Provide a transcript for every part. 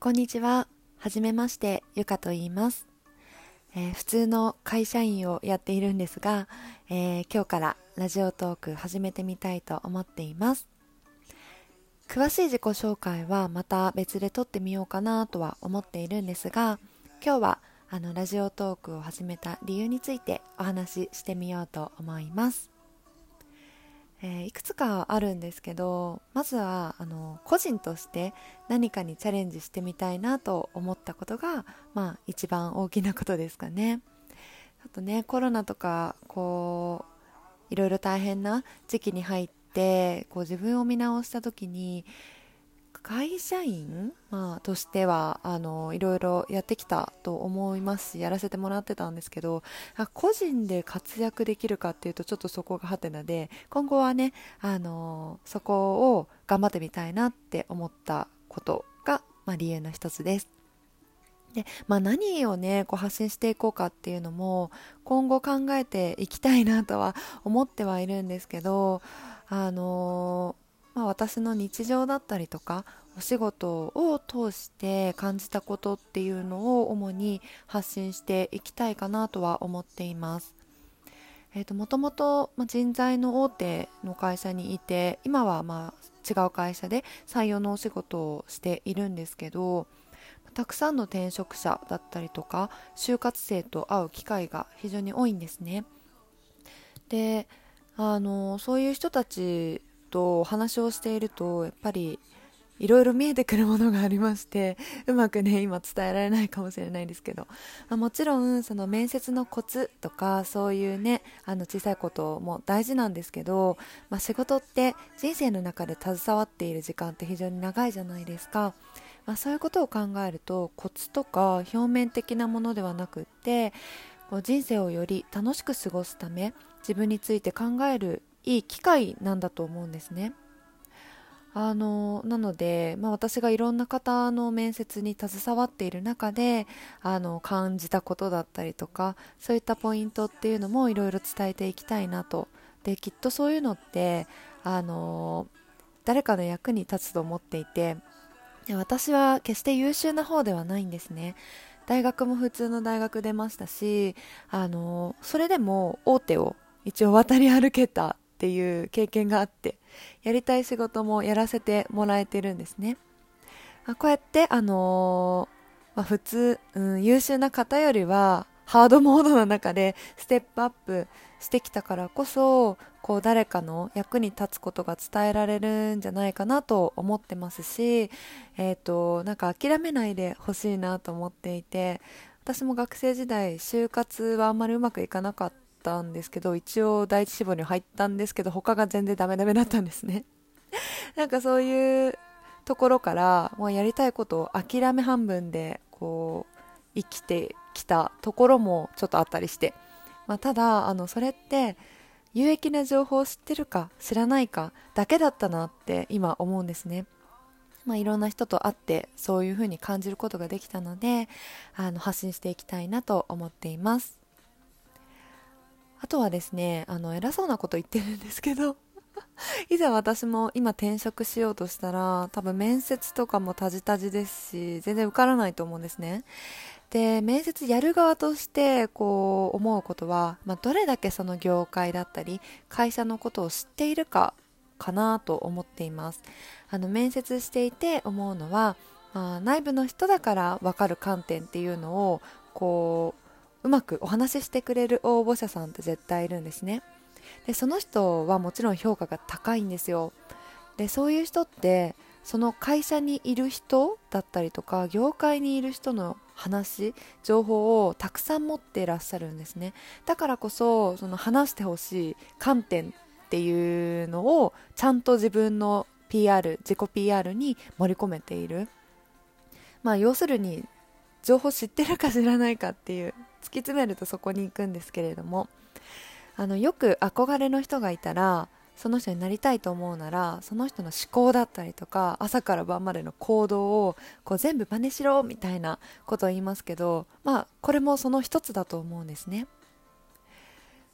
こんにちは。はじめまして、ゆかと言います。普通の会社員をやっているんですが、今日からラジオトーク始めてみたいと思っています。詳しい自己紹介はまた別で撮ってみようかなとは思っているんですが、今日はラジオトークを始めた理由についてお話ししてみようと思います。いくつかあるんですけど、まずは個人として何かにチャレンジしてみたいなと思ったことが、一番大きなことですかね。あとね、コロナとかいろいろ大変な時期に入って自分を見直した時に、会社員、としてはいろいろやってきたと思いますし、やらせてもらってたんですけど、個人で活躍できるかっていうとちょっとそこがハテナで、今後はね、そこを頑張ってみたいなって思ったことが、理由の一つです。で、何をね発信していこうかっていうのも今後考えていきたいなとは思ってはいるんですけど、私の日常だったりとかお仕事を通して感じたことっていうのを主に発信していきたいかなとは思っています。もともと人材の大手の会社にいて、今は違う会社で採用のお仕事をしているんですけど、たくさんの転職者だったりとか就活生と会う機会が非常に多いんですね。で、そういう人たちとお話をしていると、やっぱりいろいろ見えてくるものがありまして、うまくね今伝えられないかもしれないんですけど、もちろんその面接のコツとかそういうね小さいことも大事なんですけど、仕事って人生の中で携わっている時間って非常に長いじゃないですか。そういうことを考えると、コツとか表面的なものではなくって、人生をより楽しく過ごすため自分について考えるいい機会なんだと思うんですね。なので、私がいろんな方の面接に携わっている中で感じたことだったりとか、そういったポイントっていうのもいろいろ伝えていきたいなと。で、きっとそういうのって誰かの役に立つと思っていて、私は決して優秀な方ではないんですね。大学も普通の大学出ましたし、それでも大手を一応渡り歩けたっていう経験があって、やりたい仕事もやらせてもらえてるんですね。こうやって、普通、優秀な方よりはハードモードの中でステップアップしてきたからこそ、誰かの役に立つことが伝えられるんじゃないかなと思ってますし、なんか諦めないでほしいなと思っていて、私も学生時代就活はあんまりうまくいかなかったんですけど、一応第一志望に入ったんですけど、他が全然ダメダメだったんですね。なんかそういうところからもうやりたいことを諦め半分で生きてきたところもちょっとあったりして、ただそれって有益な情報を知ってるか知らないかだけだったなって今思うんですね。いろんな人と会ってそういう風に感じることができたので、発信していきたいなと思っています。あとはですね、偉そうなこと言ってるんですけど、以前私も今転職しようとしたら多分面接とかもタジタジですし、全然受からないと思うんですね。で、面接やる側として思うことは、どれだけその業界だったり会社のことを知っているかかなと思っています。面接していて思うのは、内部の人だから分かる観点っていうのをうまくお話ししてくれる応募者さんって絶対いるんですね。で、その人はもちろん評価が高いんですよ。で、そういう人ってその会社にいる人だったりとか業界にいる人の話、情報をたくさん持っていらっしゃるんですね。だからこそその話してほしい観点っていうのをちゃんと自分の PR、自己 PR に盛り込めている。要するに情報知ってるか知らないかっていう、突き詰めるとそこに行くんですけれども、よく憧れの人がいたら、その人になりたいと思うなら、その人の思考だったりとか朝から晩までの行動を全部真似しろみたいなことを言いますけど、これもその一つだと思うんですね。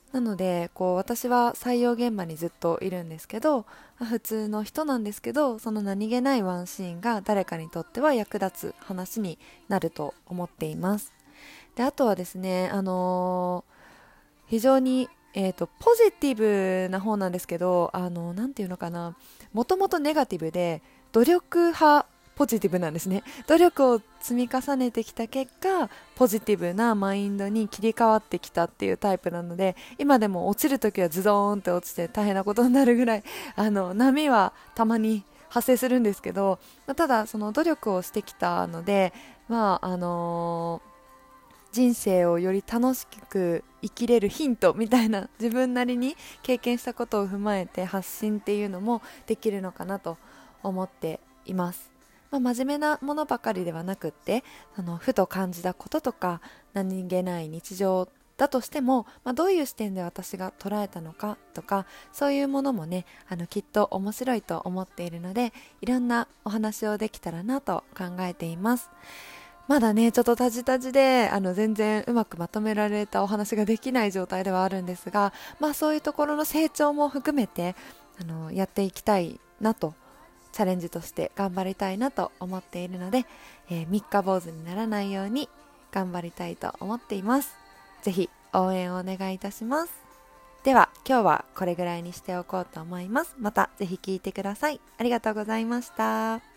なので私は採用現場にずっといるんですけど、普通の人なんですけど、その何気ないワンシーンが誰かにとっては役立つ話になると思っています。で、あとはですね、非常に、ポジティブな方なんですけど、なんていうのかな、もともとネガティブで努力派ポジティブなんですね。努力を積み重ねてきた結果、ポジティブなマインドに切り替わってきたっていうタイプなので、今でも落ちるときはズドーンって落ちて大変なことになるぐらい、波はたまに発生するんですけど、ただその努力をしてきたので、人生をより楽しく生きれるヒントみたいな、自分なりに経験したことを踏まえて発信っていうのもできるのかなと思っています。真面目なものばかりではなくって、ふと感じたこととか何気ない日常だとしても、どういう視点で私が捉えたのかとか、そういうものもね、きっと面白いと思っているので、いろんなお話をできたらなと考えています。まだね、ちょっとタジタジで、全然うまくまとめられたお話ができない状態ではあるんですが、そういうところの成長も含めて、やっていきたいなと、チャレンジとして頑張りたいなと思っているので、三日坊主にならないように頑張りたいと思っています。ぜひ応援をお願いいたします。では、今日はこれぐらいにしておこうと思います。またぜひ聞いてください。ありがとうございました。